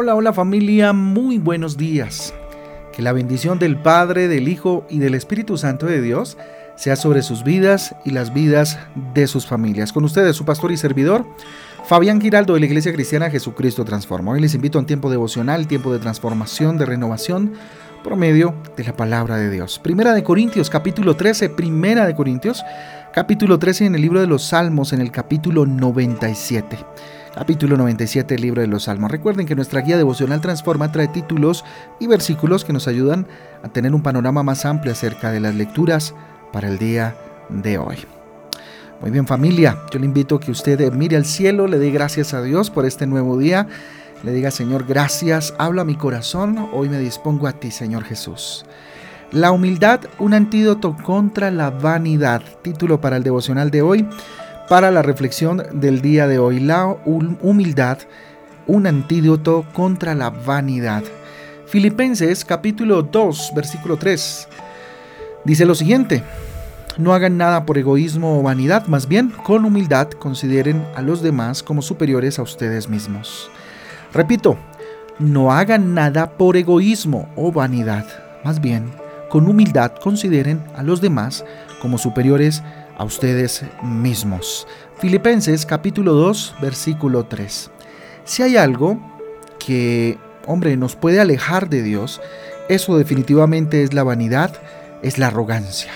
Hola, hola familia, muy buenos días. Que la bendición del Padre, del Hijo y del Espíritu Santo de Dios sea sobre sus vidas y las vidas de sus familias. Con ustedes, su pastor y servidor, Fabián Giraldo de la Iglesia Cristiana Jesucristo Transforma. Hoy les invito a un tiempo devocional, tiempo de transformación, de renovación, por medio de la palabra de Dios. Primera de Corintios, capítulo 13, Primera de Corintios, capítulo 13 en el libro de los Salmos, en el capítulo 97. Capítulo 97 del libro de los Salmos. Recuerden que nuestra guía devocional Transforma trae títulos y versículos que nos ayudan a tener un panorama más amplio acerca de las lecturas para el día de hoy. Muy bien, familia, yo le invito a que usted mire al cielo, le dé gracias a Dios por este nuevo día, le diga: Señor, gracias, habla mi corazón, hoy me dispongo a ti, Señor Jesús. La humildad, un antídoto contra la vanidad. Título para el devocional de hoy, para la reflexión del día de hoy: la humildad, un antídoto contra la vanidad. Filipenses capítulo 2, versículo 3, dice lo siguiente: no hagan nada por egoísmo o vanidad, más bien con humildad consideren a los demás como superiores a ustedes mismos. Repito, no hagan nada por egoísmo o vanidad, más bien con humildad consideren a los demás como superiores a ustedes mismos. Filipenses capítulo 2, versículo 3. Si hay algo que, nos puede alejar de Dios, eso definitivamente es la vanidad, es la arrogancia.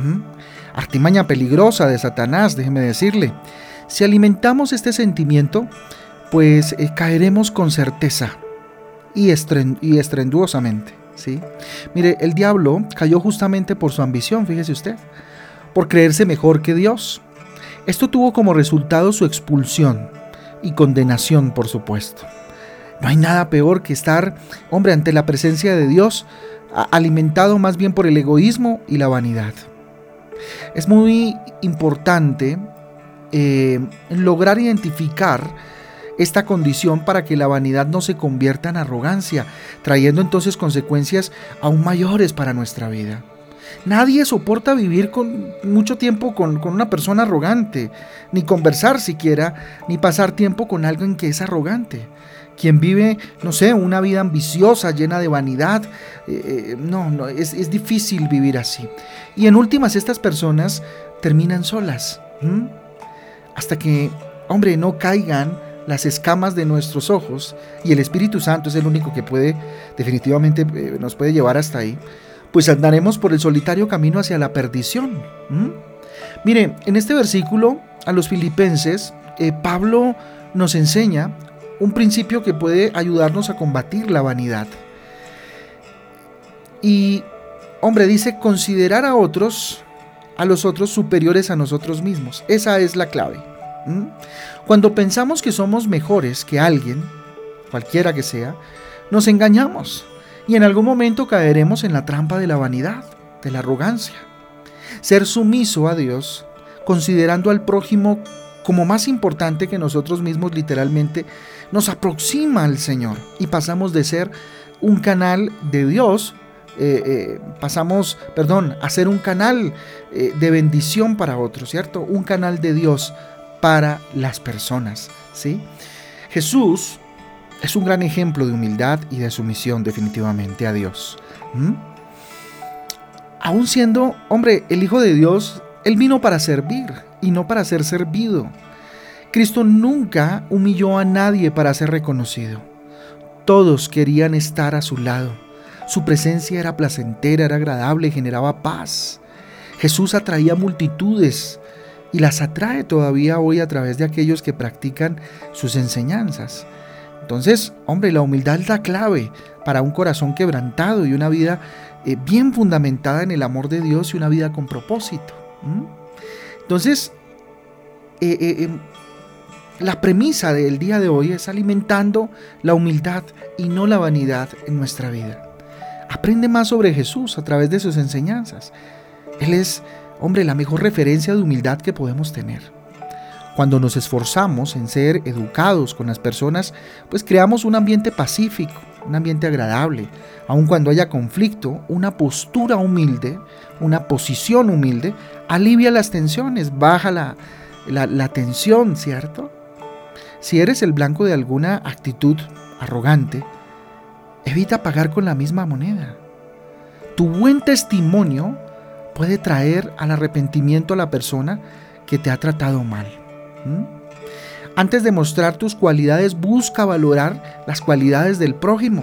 Artimaña peligrosa de Satanás, déjeme decirle. Si alimentamos este sentimiento, pues caeremos con certeza y estruendosamente, ¿sí? Mire, el diablo cayó justamente por su ambición, fíjese usted, por creerse mejor que Dios. Esto tuvo como resultado su expulsión y condenación, por supuesto. No hay nada peor que estar, ante la presencia de Dios, alimentado más bien por el egoísmo y la vanidad. Es muy importante lograr identificar esta condición para que la vanidad no se convierta en arrogancia, trayendo entonces consecuencias aún mayores para nuestra vida. Nadie soporta vivir con mucho tiempo con una persona arrogante, ni conversar siquiera, ni pasar tiempo con alguien que es arrogante. Quien vive, una vida ambiciosa, llena de vanidad, es difícil vivir así. Y en últimas, estas personas terminan solas, hasta que, no caigan las escamas de nuestros ojos, y el Espíritu Santo es el único que definitivamente nos puede llevar hasta ahí, pues andaremos por el solitario camino hacia la perdición. Mire, en este versículo a los filipenses, Pablo nos enseña un principio que puede ayudarnos a combatir la vanidad. Y, dice considerar a los otros superiores a nosotros mismos. Esa es la clave. Cuando pensamos que somos mejores que alguien, cualquiera que sea, nos engañamos y en algún momento caeremos en la trampa de la vanidad, de la arrogancia. Ser sumiso a Dios, considerando al prójimo como más importante que nosotros mismos, literalmente nos aproxima al Señor y pasamos de ser un canal de Dios, a ser un canal de bendición para otros, ¿cierto? Un canal de Dios para las personas, ¿sí? Jesús es un gran ejemplo de humildad y de sumisión definitivamente a Dios. Aún siendo, el Hijo de Dios, Él vino para servir y no para ser servido. Cristo nunca humilló a nadie para ser reconocido. Todos querían estar a su lado. Su presencia era placentera, era agradable, generaba paz. Jesús atraía multitudes y las atrae todavía hoy a través de aquellos que practican sus enseñanzas. Entonces, la humildad es la clave para un corazón quebrantado y una vida bien fundamentada en el amor de Dios y una vida con propósito. Entonces, la premisa del día de hoy es alimentando la humildad y no la vanidad en nuestra vida. Aprende más sobre Jesús a través de sus enseñanzas. Él es, la mejor referencia de humildad que podemos tener. Cuando nos esforzamos en ser educados con las personas, pues creamos un ambiente pacífico, un ambiente agradable. Aun cuando haya conflicto, una postura humilde, una posición humilde, alivia las tensiones, baja la tensión, ¿cierto? Si eres el blanco de alguna actitud arrogante, evita pagar con la misma moneda. Tu buen testimonio puede traer al arrepentimiento a la persona que te ha tratado mal. Antes de mostrar tus cualidades, busca valorar las cualidades del prójimo.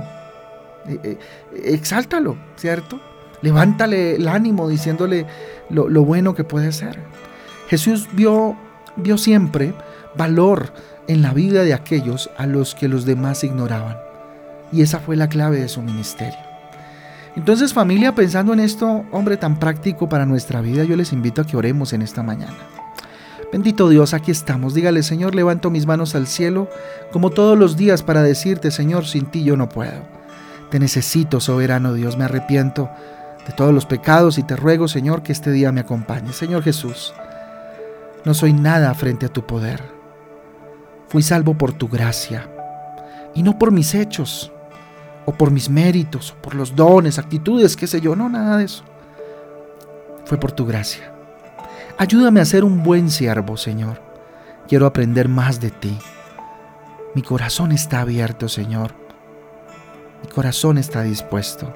Exáltalo, ¿cierto? Levántale el ánimo diciéndole lo bueno que puede ser. Jesús vio siempre valor en la vida de aquellos a los que los demás ignoraban. Y esa fue la clave de su ministerio. Entonces, familia, pensando en esto, hombre, tan práctico para nuestra vida, yo les invito a que oremos en esta mañana. Bendito Dios, aquí estamos. Dígale: Señor, levanto mis manos al cielo, como todos los días, para decirte: Señor, sin ti yo no puedo. Te necesito, soberano Dios, me arrepiento de todos los pecados y te ruego, Señor, que este día me acompañe. Señor Jesús, no soy nada frente a tu poder. Fui salvo por tu gracia y no por mis hechos, o por mis méritos, o por los dones, actitudes, qué sé yo, no, nada de eso. Fue por tu gracia. Ayúdame a ser un buen siervo, Señor. Quiero aprender más de ti. Mi corazón está abierto, Señor. Mi corazón está dispuesto.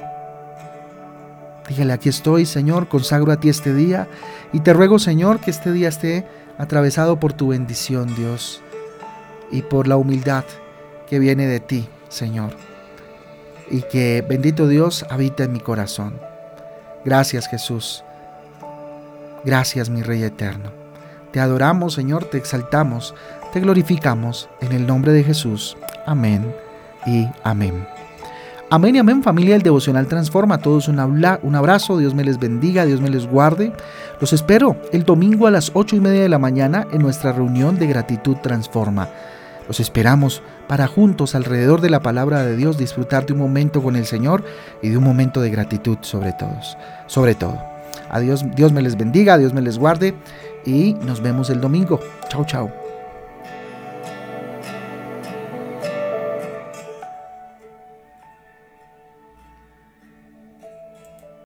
Dígale: aquí estoy, Señor, consagro a ti este día y te ruego, Señor, que este día esté atravesado por tu bendición, Dios, y por la humildad que viene de ti, Señor. Y que, bendito Dios, habita en mi corazón. Gracias, Jesús. Gracias, mi Rey eterno. Te adoramos, Señor, te exaltamos, te glorificamos, en el nombre de Jesús. Amén y amén. Amén y amén, familia del Devocional Transforma. A todos un abrazo, Dios me les bendiga, Dios me les guarde. Los espero el domingo a las 8:30 de la mañana en nuestra reunión de Gratitud Transforma. Los esperamos para juntos, alrededor de la palabra de Dios, disfrutar de un momento con el Señor y de un momento de gratitud sobre todo. Adiós, Dios me les bendiga, Dios me les guarde y nos vemos el domingo. Chao, chao.